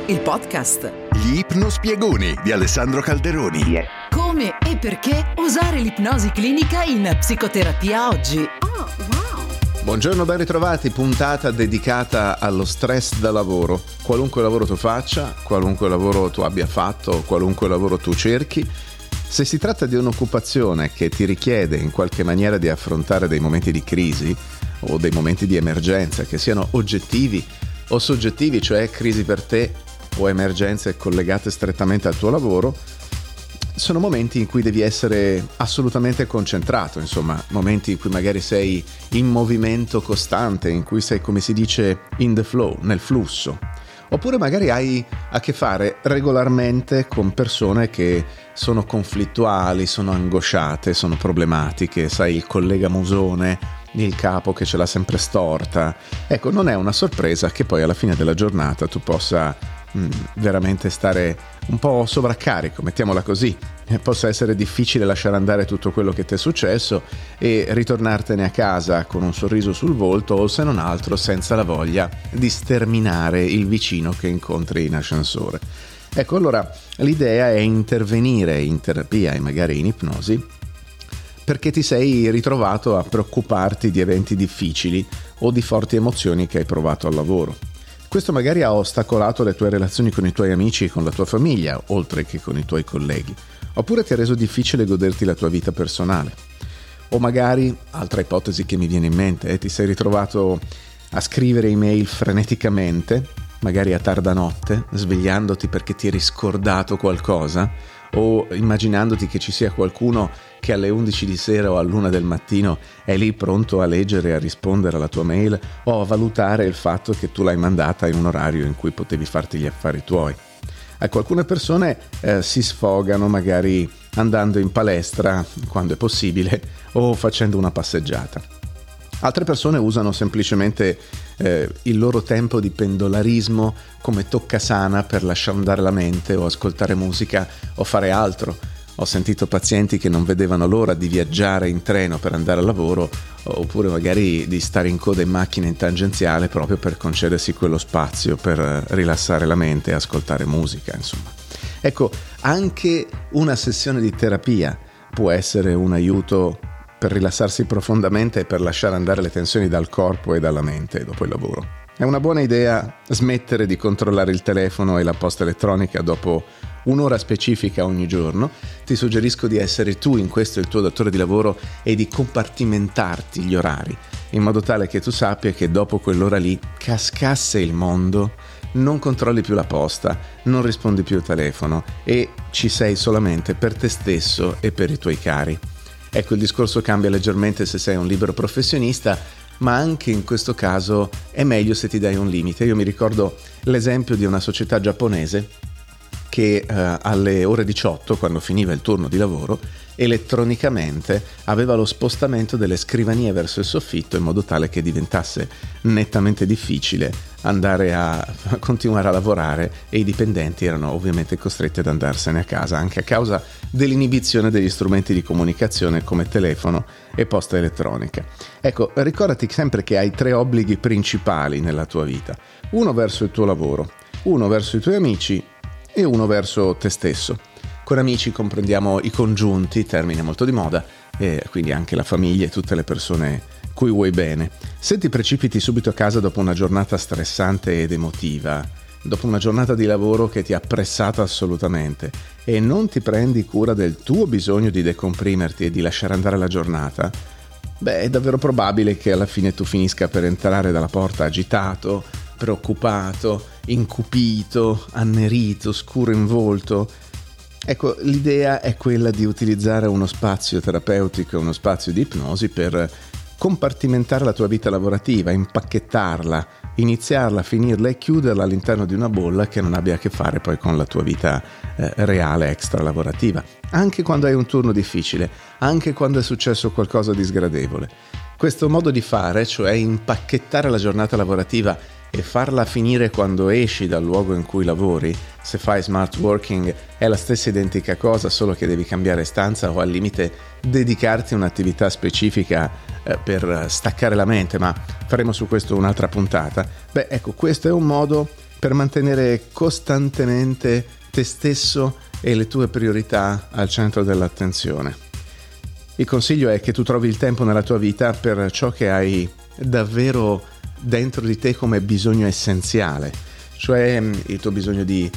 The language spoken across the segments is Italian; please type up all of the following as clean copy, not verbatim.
il podcast. Gli ipnospiegoni di Alessandro Calderoni. Come e perché usare l'ipnosi clinica in psicoterapia oggi. Buongiorno, ben ritrovati, puntata dedicata allo stress da lavoro. Qualunque lavoro tu faccia, qualunque lavoro tu abbia fatto, qualunque lavoro tu cerchi, se si tratta di un'occupazione che ti richiede in qualche maniera di affrontare dei momenti di crisi o dei momenti di emergenza, che siano oggettivi o soggettivi, cioè crisi per te o emergenze collegate strettamente al tuo lavoro, sono momenti in cui devi essere assolutamente concentrato, insomma, momenti in cui magari sei in movimento costante, in cui sei, come si dice, in the flow, nel flusso. Oppure magari hai a che fare regolarmente con persone che sono conflittuali, sono angosciate, sono problematiche, sai, il collega musone, il capo che ce l'ha sempre storta. Ecco, non è una sorpresa che poi alla fine della giornata tu possa veramente stare un po' sovraccarico, mettiamola così, possa essere difficile lasciare andare tutto quello che ti è successo e ritornartene a casa con un sorriso sul volto o, se non altro, senza la voglia di sterminare il vicino che incontri in ascensore. Ecco, allora l'idea è intervenire in terapia e magari in ipnosi perché ti sei ritrovato a preoccuparti di eventi difficili o di forti emozioni che hai provato al lavoro. Questo magari ha ostacolato le tue relazioni con i tuoi amici e con la tua famiglia, oltre che con i tuoi colleghi. Oppure ti ha reso difficile goderti la tua vita personale. O magari, altra ipotesi che mi viene in mente, ti sei ritrovato a scrivere email freneticamente, magari a tarda notte, svegliandoti perché ti eri scordato qualcosa, o immaginandoti che ci sia qualcuno che alle 11 di sera o all'1 del mattino è lì pronto a leggere e a rispondere alla tua mail o a valutare il fatto che tu l'hai mandata in un orario in cui potevi farti gli affari tuoi. Ecco, alcune persone si sfogano magari andando in palestra quando è possibile o facendo una passeggiata. Altre persone usano semplicemente il loro tempo di pendolarismo come toccasana per lasciare andare la mente o ascoltare musica o fare altro. Ho sentito pazienti che non vedevano l'ora di viaggiare in treno per andare al lavoro oppure magari di stare in coda in macchina in tangenziale proprio per concedersi quello spazio per rilassare la mente e ascoltare musica, insomma. Ecco, anche una sessione di terapia può essere un aiuto per rilassarsi profondamente e per lasciare andare le tensioni dal corpo e dalla mente dopo il lavoro. È una buona idea smettere di controllare il telefono e la posta elettronica dopo un'ora specifica ogni giorno. Ti suggerisco di essere tu in questo il tuo datore di lavoro e di compartimentarti gli orari, in modo tale che tu sappia che dopo quell'ora lì, cascasse il mondo, non controlli più la posta, non rispondi più al telefono e ci sei solamente per te stesso e per i tuoi cari. Ecco, il discorso cambia leggermente se sei un libero professionista, ma anche in questo caso è meglio se ti dai un limite. Io mi ricordo l'esempio di una società giapponese che alle ore 18, quando finiva il turno di lavoro, elettronicamente aveva lo spostamento delle scrivanie verso il soffitto in modo tale che diventasse nettamente difficile andare a continuare a lavorare e i dipendenti erano ovviamente costretti ad andarsene a casa anche a causa dell'inibizione degli strumenti di comunicazione come telefono e posta elettronica. Ecco, ricordati sempre che hai 3 obblighi principali nella tua vita: uno verso il tuo lavoro, uno verso i tuoi amici e uno verso te stesso. Con amici comprendiamo i congiunti, termine molto di moda, e quindi anche la famiglia e tutte le persone cui vuoi bene. Se ti precipiti subito a casa dopo una giornata stressante ed emotiva, dopo una giornata di lavoro che ti ha pressato assolutamente e non ti prendi cura del tuo bisogno di decomprimerti e di lasciare andare la giornata, beh, è davvero probabile che alla fine tu finisca per entrare dalla porta agitato, preoccupato, incupito, annerito, scuro in volto. Ecco, l'idea è quella di utilizzare uno spazio terapeutico, uno spazio di ipnosi per compartimentare la tua vita lavorativa, impacchettarla, iniziarla, finirla e chiuderla all'interno di una bolla che non abbia a che fare poi con la tua vita reale extra lavorativa. Anche quando hai un turno difficile, anche quando è successo qualcosa di sgradevole. Questo modo di fare, cioè impacchettare la giornata lavorativa e farla finire quando esci dal luogo in cui lavori, se fai smart working è la stessa identica cosa, solo che devi cambiare stanza o al limite dedicarti a un'attività specifica per staccare la mente, ma faremo su questo un'altra puntata. Beh, ecco, questo è un modo per mantenere costantemente te stesso e le tue priorità al centro dell'attenzione. Il consiglio è che tu trovi il tempo nella tua vita per ciò che hai davvero dentro di te come bisogno essenziale, cioè il tuo bisogno di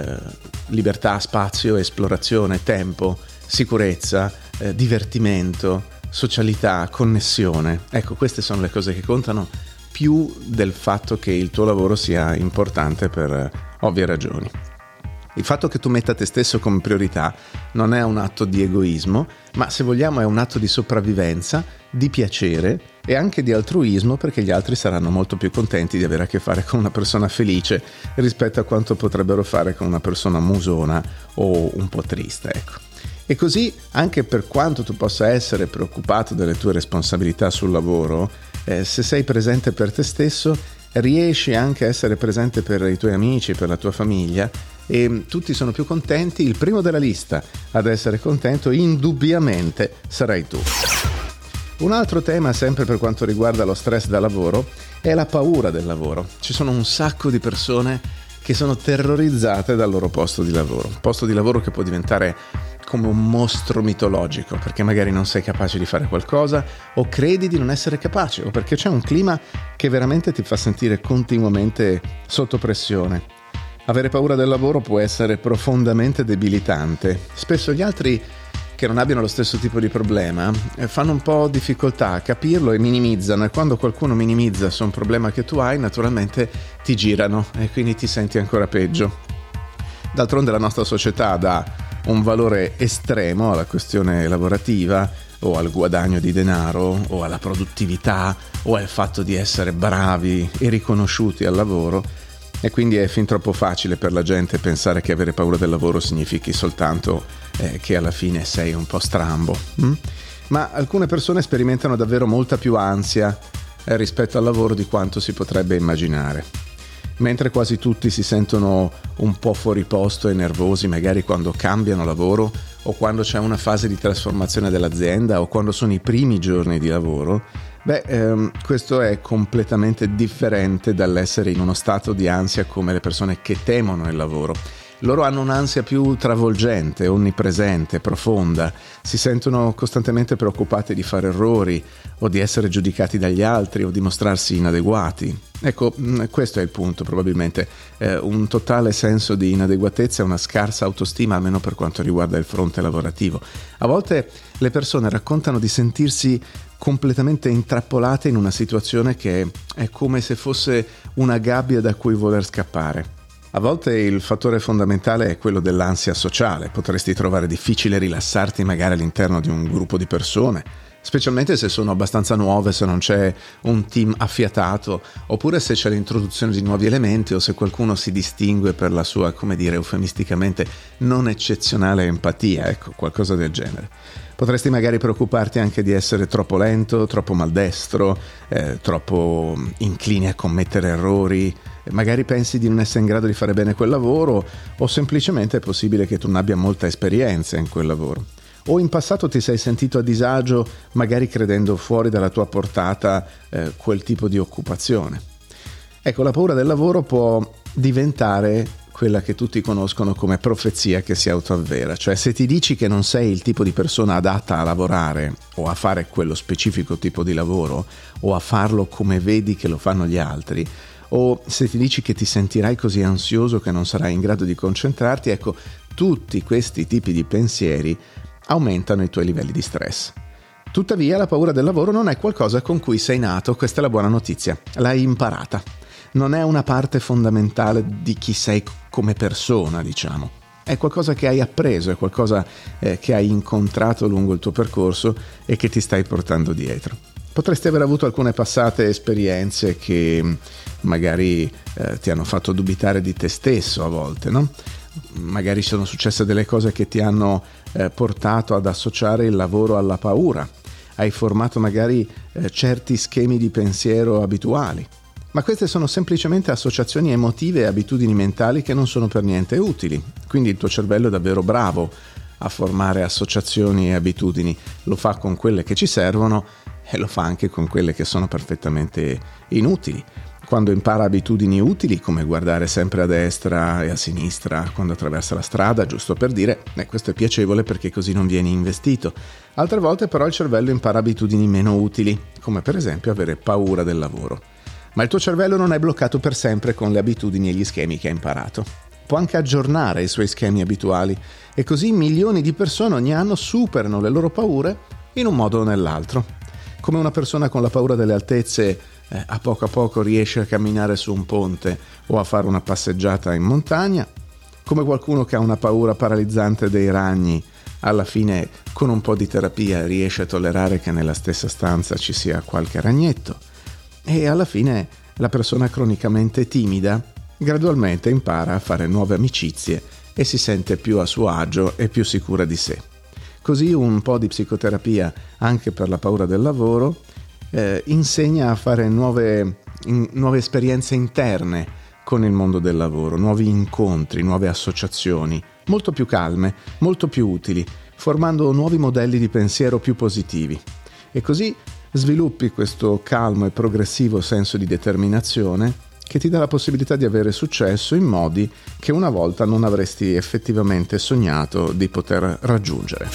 libertà, spazio, esplorazione, tempo, sicurezza, divertimento, socialità, connessione. Ecco, queste sono le cose che contano più del fatto che il tuo lavoro sia importante per ovvie ragioni. Il fatto che tu metta te stesso come priorità non è un atto di egoismo, ma se vogliamo è un atto di sopravvivenza, di piacere e anche di altruismo, perché gli altri saranno molto più contenti di avere a che fare con una persona felice rispetto a quanto potrebbero fare con una persona musona o un po' triste, ecco. E così, anche per quanto tu possa essere preoccupato delle tue responsabilità sul lavoro, se sei presente per te stesso, riesci anche a essere presente per i tuoi amici, per la tua famiglia, e tutti sono più contenti. Il primo della lista ad essere contento indubbiamente sarai tu. Un altro tema, sempre per quanto riguarda lo stress da lavoro, è la paura del lavoro. Ci sono un sacco di persone che sono terrorizzate dal loro posto di lavoro che può diventare come un mostro mitologico, perché magari non sei capace di fare qualcosa o credi di non essere capace, o perché c'è un clima che veramente ti fa sentire continuamente sotto pressione. Avere paura del lavoro può essere profondamente debilitante. Spesso gli altri che non abbiano lo stesso tipo di problema fanno un po' difficoltà a capirlo e minimizzano, e quando qualcuno minimizza su un problema che tu hai, naturalmente ti girano e quindi ti senti ancora peggio. D'altronde la nostra società dà un valore estremo alla questione lavorativa o al guadagno di denaro o alla produttività o al fatto di essere bravi e riconosciuti al lavoro, e quindi è fin troppo facile per la gente pensare che avere paura del lavoro significhi soltanto che alla fine sei un po' strambo. Ma alcune persone sperimentano davvero molta più ansia rispetto al lavoro di quanto si potrebbe immaginare. Mentre quasi tutti si sentono un po' fuori posto e nervosi magari quando cambiano lavoro o quando c'è una fase di trasformazione dell'azienda o quando sono i primi giorni di lavoro, questo è completamente differente dall'essere in uno stato di ansia come le persone che temono il lavoro. Loro hanno un'ansia più travolgente, onnipresente, profonda, si sentono costantemente preoccupati di fare errori o di essere giudicati dagli altri o di mostrarsi inadeguati. Ecco, questo è il punto probabilmente, un totale senso di inadeguatezza e una scarsa autostima, almeno per quanto riguarda il fronte lavorativo. A volte le persone raccontano di sentirsi completamente intrappolate in una situazione che è come se fosse una gabbia da cui voler scappare. A volte il fattore fondamentale è quello dell'ansia sociale. Potresti trovare difficile rilassarti magari all'interno di un gruppo di persone, specialmente se sono abbastanza nuove, se non c'è un team affiatato, oppure se c'è l'introduzione di nuovi elementi o se qualcuno si distingue per la sua, come dire, eufemisticamente non eccezionale empatia, ecco, qualcosa del genere. Potresti magari preoccuparti anche di essere troppo lento, troppo maldestro, troppo incline a commettere errori. Magari pensi di non essere in grado di fare bene quel lavoro, o semplicemente è possibile che tu non abbia molta esperienza in quel lavoro. O in passato ti sei sentito a disagio, magari credendo fuori dalla tua portata quel tipo di occupazione. Ecco, la paura del lavoro può diventare quella che tutti conoscono come profezia che si autoavvera, cioè se ti dici che non sei il tipo di persona adatta a lavorare o a fare quello specifico tipo di lavoro o a farlo come vedi che lo fanno gli altri, o se ti dici che ti sentirai così ansioso che non sarai in grado di concentrarti, ecco, tutti questi tipi di pensieri aumentano i tuoi livelli di stress. Tuttavia la paura del lavoro non è qualcosa con cui sei nato, questa è la buona notizia, l'hai imparata. Non è una parte fondamentale di chi sei come persona, diciamo. È qualcosa che hai appreso, è qualcosa che hai incontrato lungo il tuo percorso e che ti stai portando dietro. Potresti aver avuto alcune passate esperienze che magari ti hanno fatto dubitare di te stesso a volte, no? Magari sono successe delle cose che ti hanno portato ad associare il lavoro alla paura. Hai formato magari certi schemi di pensiero abituali. Ma queste sono semplicemente associazioni emotive e abitudini mentali che non sono per niente utili. Quindi il tuo cervello è davvero bravo a formare associazioni e abitudini. Lo fa con quelle che ci servono e lo fa anche con quelle che sono perfettamente inutili. Quando impara abitudini utili, come guardare sempre a destra e a sinistra quando attraversa la strada, giusto per dire, questo è piacevole perché così non vieni investito. Altre volte però il cervello impara abitudini meno utili, come per esempio avere paura del lavoro. Ma il tuo cervello non è bloccato per sempre con le abitudini e gli schemi che ha imparato. Può anche aggiornare i suoi schemi abituali e così milioni di persone ogni anno superano le loro paure in un modo o nell'altro. Come una persona con la paura delle altezze a poco riesce a camminare su un ponte o a fare una passeggiata in montagna, come qualcuno che ha una paura paralizzante dei ragni, alla fine con un po' di terapia riesce a tollerare che nella stessa stanza ci sia qualche ragnetto, e alla fine la persona cronicamente timida gradualmente impara a fare nuove amicizie e si sente più a suo agio e più sicura di sé. Così un po' di psicoterapia anche per la paura del lavoro insegna a fare nuove esperienze interne con il mondo del lavoro, nuovi incontri, nuove associazioni, molto più calme, molto più utili, formando nuovi modelli di pensiero più positivi. E così sviluppi questo calmo e progressivo senso di determinazione che ti dà la possibilità di avere successo in modi che una volta non avresti effettivamente sognato di poter raggiungere.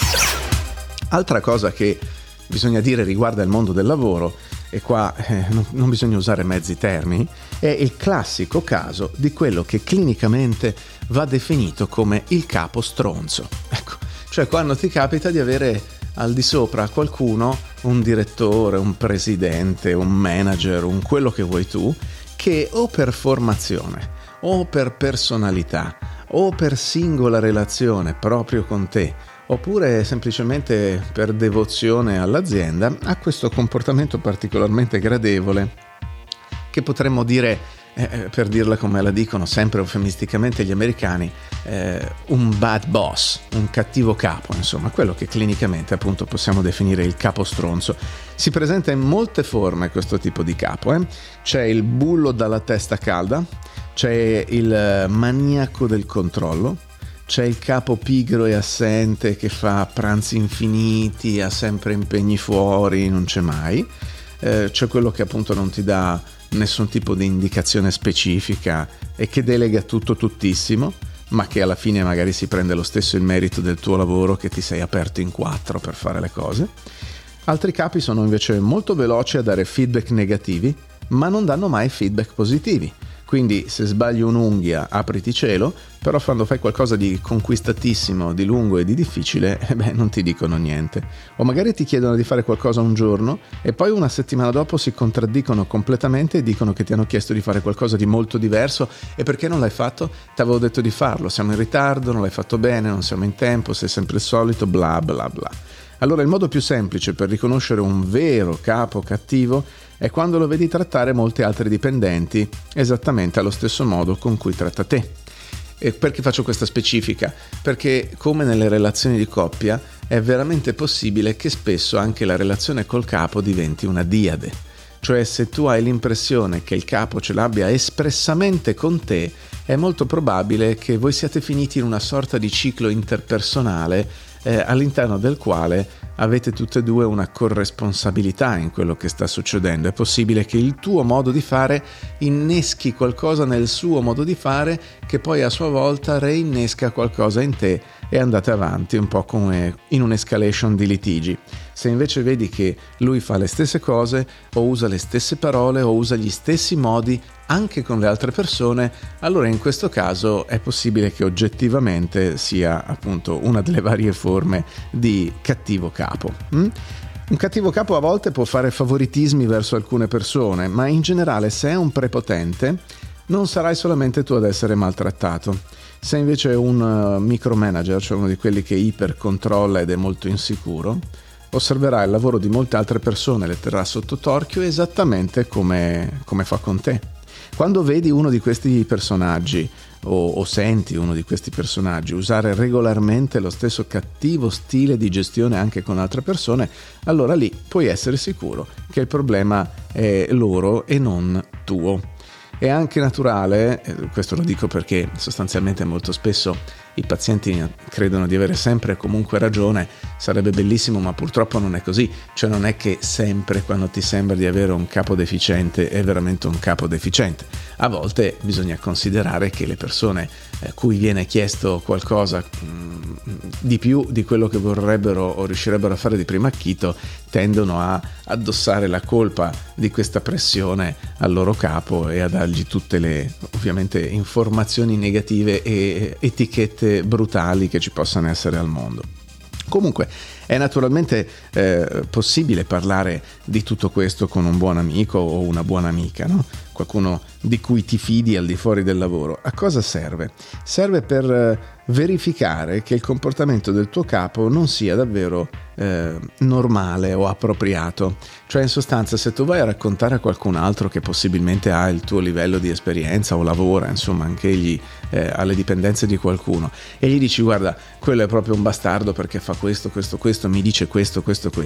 Altra cosa che bisogna dire riguarda il mondo del lavoro, e qua non bisogna usare mezzi termini, è il classico caso di quello che clinicamente va definito come il capo stronzo. Ecco, cioè quando ti capita di avere al di sopra qualcuno, un direttore, un presidente, un manager, un quello che vuoi tu, che o per formazione, o per personalità, o per singola relazione proprio con te, oppure semplicemente per devozione all'azienda, ha questo comportamento particolarmente gradevole che potremmo dire, per dirla come la dicono sempre eufemisticamente gli americani, un bad boss, un cattivo capo, insomma, quello che clinicamente appunto possiamo definire il capo stronzo. Si presenta in molte forme questo tipo di capo, C'è il bullo dalla testa calda, c'è il maniaco del controllo, c'è il capo pigro e assente che fa pranzi infiniti, ha sempre impegni fuori, non c'è mai, c'è quello che appunto non ti dà nessun tipo di indicazione specifica e che delega tutto tuttissimo, ma che alla fine magari si prende lo stesso il merito del tuo lavoro che ti sei aperto in 4 per fare le cose. Altri capi sono invece molto veloci a dare feedback negativi, ma non danno mai feedback positivi. Quindi se sbagli un'unghia apriti cielo, però quando fai qualcosa di conquistatissimo, di lungo e di difficile, non ti dicono niente. O magari ti chiedono di fare qualcosa un giorno e poi una settimana dopo si contraddicono completamente e dicono che ti hanno chiesto di fare qualcosa di molto diverso. E perché non l'hai fatto? Ti avevo detto di farlo, siamo in ritardo, non l'hai fatto bene, non siamo in tempo, sei sempre il solito, bla bla bla. Allora il modo più semplice per riconoscere un vero capo cattivo è quando lo vedi trattare molti altri dipendenti esattamente allo stesso modo con cui tratta te. E perché faccio questa specifica? Perché come nelle relazioni di coppia è veramente possibile che spesso anche la relazione col capo diventi una diade. Cioè se tu hai l'impressione che il capo ce l'abbia espressamente con te, è molto probabile che voi siate finiti in una sorta di ciclo interpersonale all'interno del quale avete tutte e due una corresponsabilità in quello che sta succedendo. È possibile che il tuo modo di fare inneschi qualcosa nel suo modo di fare che poi a sua volta reinnesca qualcosa in te e andate avanti un po' come in un'escalation di litigi. Se invece vedi che lui fa le stesse cose o usa le stesse parole o usa gli stessi modi anche con le altre persone, allora in questo caso è possibile che oggettivamente sia appunto una delle varie forme di cattivo capo. Un cattivo capo a volte può fare favoritismi verso alcune persone, ma in generale se è un prepotente non sarai solamente tu ad essere maltrattato. Se invece è un micromanager, cioè uno di quelli che ipercontrolla ed è molto insicuro, osserverà il lavoro di molte altre persone, le terrà sotto torchio esattamente come fa con te. Quando vedi uno di questi personaggi o senti uno di questi personaggi usare regolarmente lo stesso cattivo stile di gestione anche con altre persone, allora lì puoi essere sicuro che il problema è loro e non tuo. È anche naturale, questo lo dico perché sostanzialmente molto spesso i pazienti credono di avere sempre e comunque ragione, sarebbe bellissimo, ma purtroppo non è così. Cioè non è che sempre quando ti sembra di avere un capo deficiente è veramente un capo deficiente. A volte bisogna considerare che le persone cui viene chiesto qualcosa di più di quello che vorrebbero o riuscirebbero a fare di primo acchito tendono a addossare la colpa di questa pressione al loro capo e a dargli tutte le ovviamente informazioni negative e etichette brutali che ci possano essere al mondo. Comunque è naturalmente possibile parlare di tutto questo con un buon amico o una buona amica, no? Qualcuno di cui ti fidi al di fuori del lavoro. A cosa serve? Serve per verificare che il comportamento del tuo capo non sia davvero normale o appropriato. Cioè in sostanza, se tu vai a raccontare a qualcun altro che possibilmente ha il tuo livello di esperienza o lavora, insomma anche egli alle dipendenze di qualcuno, e gli dici guarda, quello è proprio un bastardo perché fa questo, mi dice questo,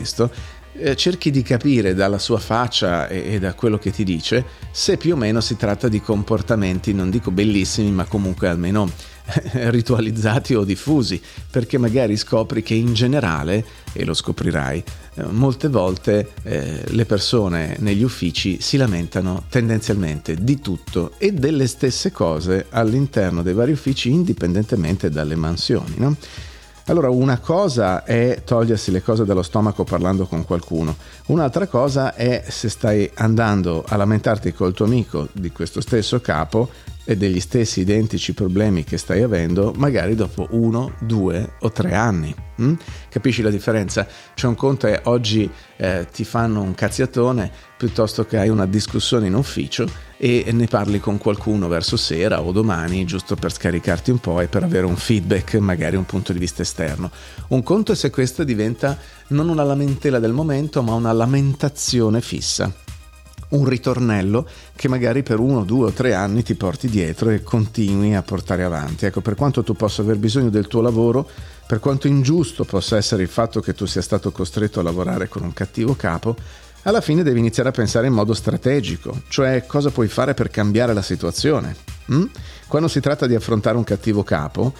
cerchi di capire dalla sua faccia e da quello che ti dice se più o meno si tratta di comportamenti, non dico bellissimi, ma comunque almeno ritualizzati o diffusi, perché magari scopri che in generale, e lo scoprirai, molte volte le persone negli uffici si lamentano tendenzialmente di tutto e delle stesse cose all'interno dei vari uffici, indipendentemente dalle mansioni, no? Allora, una cosa è togliersi le cose dallo stomaco parlando con qualcuno, un'altra cosa è se stai andando a lamentarti col tuo amico di questo stesso capo e degli stessi identici problemi che stai avendo, magari dopo 1, 2 o 3 anni. Capisci la differenza? Cioè un conto è oggi ti fanno un cazziatone piuttosto che hai una discussione in ufficio e ne parli con qualcuno verso sera o domani, giusto per scaricarti un po' e per avere un feedback, magari un punto di vista esterno. Un conto è se questa diventa non una lamentela del momento, ma una lamentazione fissa. Un ritornello che magari per 1, 2 o 3 anni ti porti dietro e continui a portare avanti. Ecco, per quanto tu possa aver bisogno del tuo lavoro, per quanto ingiusto possa essere il fatto che tu sia stato costretto a lavorare con un cattivo capo, alla fine devi iniziare a pensare in modo strategico, cioè cosa puoi fare per cambiare la situazione. Quando si tratta di affrontare un cattivo capo,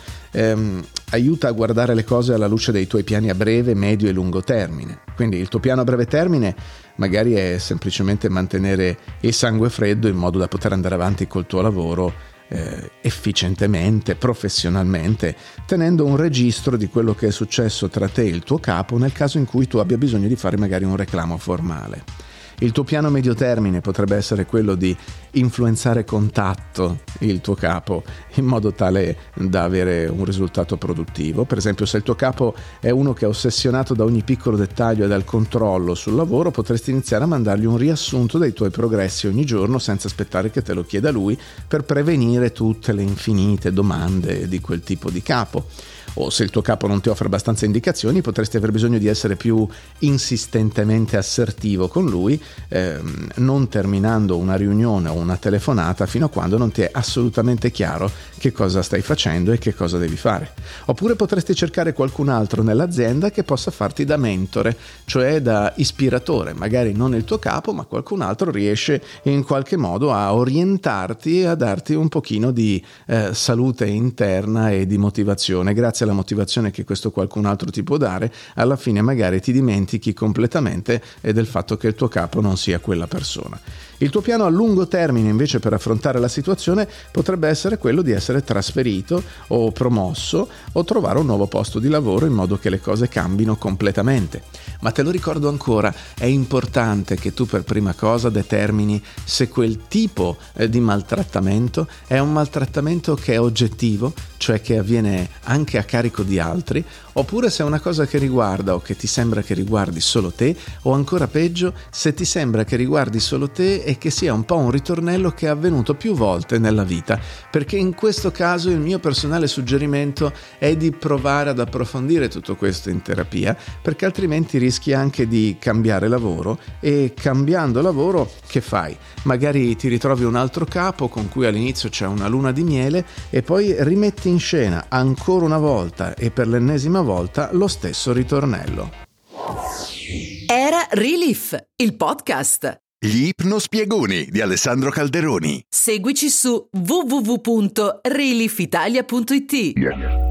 aiuta a guardare le cose alla luce dei tuoi piani a breve, medio e lungo termine. Quindi il tuo piano a breve termine magari è semplicemente mantenere il sangue freddo in modo da poter andare avanti col tuo lavoro efficientemente, professionalmente, tenendo un registro di quello che è successo tra te e il tuo capo nel caso in cui tu abbia bisogno di fare magari un reclamo formale. Il tuo piano medio termine potrebbe essere quello di influenzare con tatto il tuo capo in modo tale da avere un risultato produttivo. Per esempio, se il tuo capo è uno che è ossessionato da ogni piccolo dettaglio e dal controllo sul lavoro, potresti iniziare a mandargli un riassunto dei tuoi progressi ogni giorno senza aspettare che te lo chieda lui, per prevenire tutte le infinite domande di quel tipo di capo. O se il tuo capo non ti offre abbastanza indicazioni, potresti aver bisogno di essere più insistentemente assertivo con lui, non terminando una riunione o una telefonata fino a quando non ti è assolutamente chiaro che cosa stai facendo e che cosa devi fare. Oppure potresti cercare qualcun altro nell'azienda che possa farti da mentore, cioè da ispiratore. Magari non il tuo capo, ma qualcun altro riesce in qualche modo a orientarti e a darti un pochino di salute interna e di motivazione. Grazie alla motivazione che questo qualcun altro ti può dare, alla fine magari ti dimentichi completamente del fatto che il tuo capo non sia quella persona. Il tuo piano a lungo termine invece per affrontare la situazione potrebbe essere quello di essere trasferito o promosso o trovare un nuovo posto di lavoro in modo che le cose cambino completamente. Ma te lo ricordo ancora, è importante che tu per prima cosa determini se quel tipo di maltrattamento è un maltrattamento che è oggettivo, cioè che avviene anche a carico di altri, oppure se è una cosa che riguarda o che ti sembra che riguardi solo te, o ancora peggio, se ti sembra che riguardi solo te e che sia un po' un ritornello che è avvenuto più volte nella vita, perché in questo caso il mio personale suggerimento è di provare ad approfondire tutto questo in terapia, perché altrimenti rischi anche di cambiare lavoro, e cambiando lavoro che fai? Magari ti ritrovi un altro capo con cui all'inizio c'è una luna di miele e poi rimetti in scena ancora una volta e per l'ennesima volta lo stesso ritornello. Era Relief, il podcast. Gli ipnospiegoni di Alessandro Calderoni. Seguici su www.reliefitalia.it.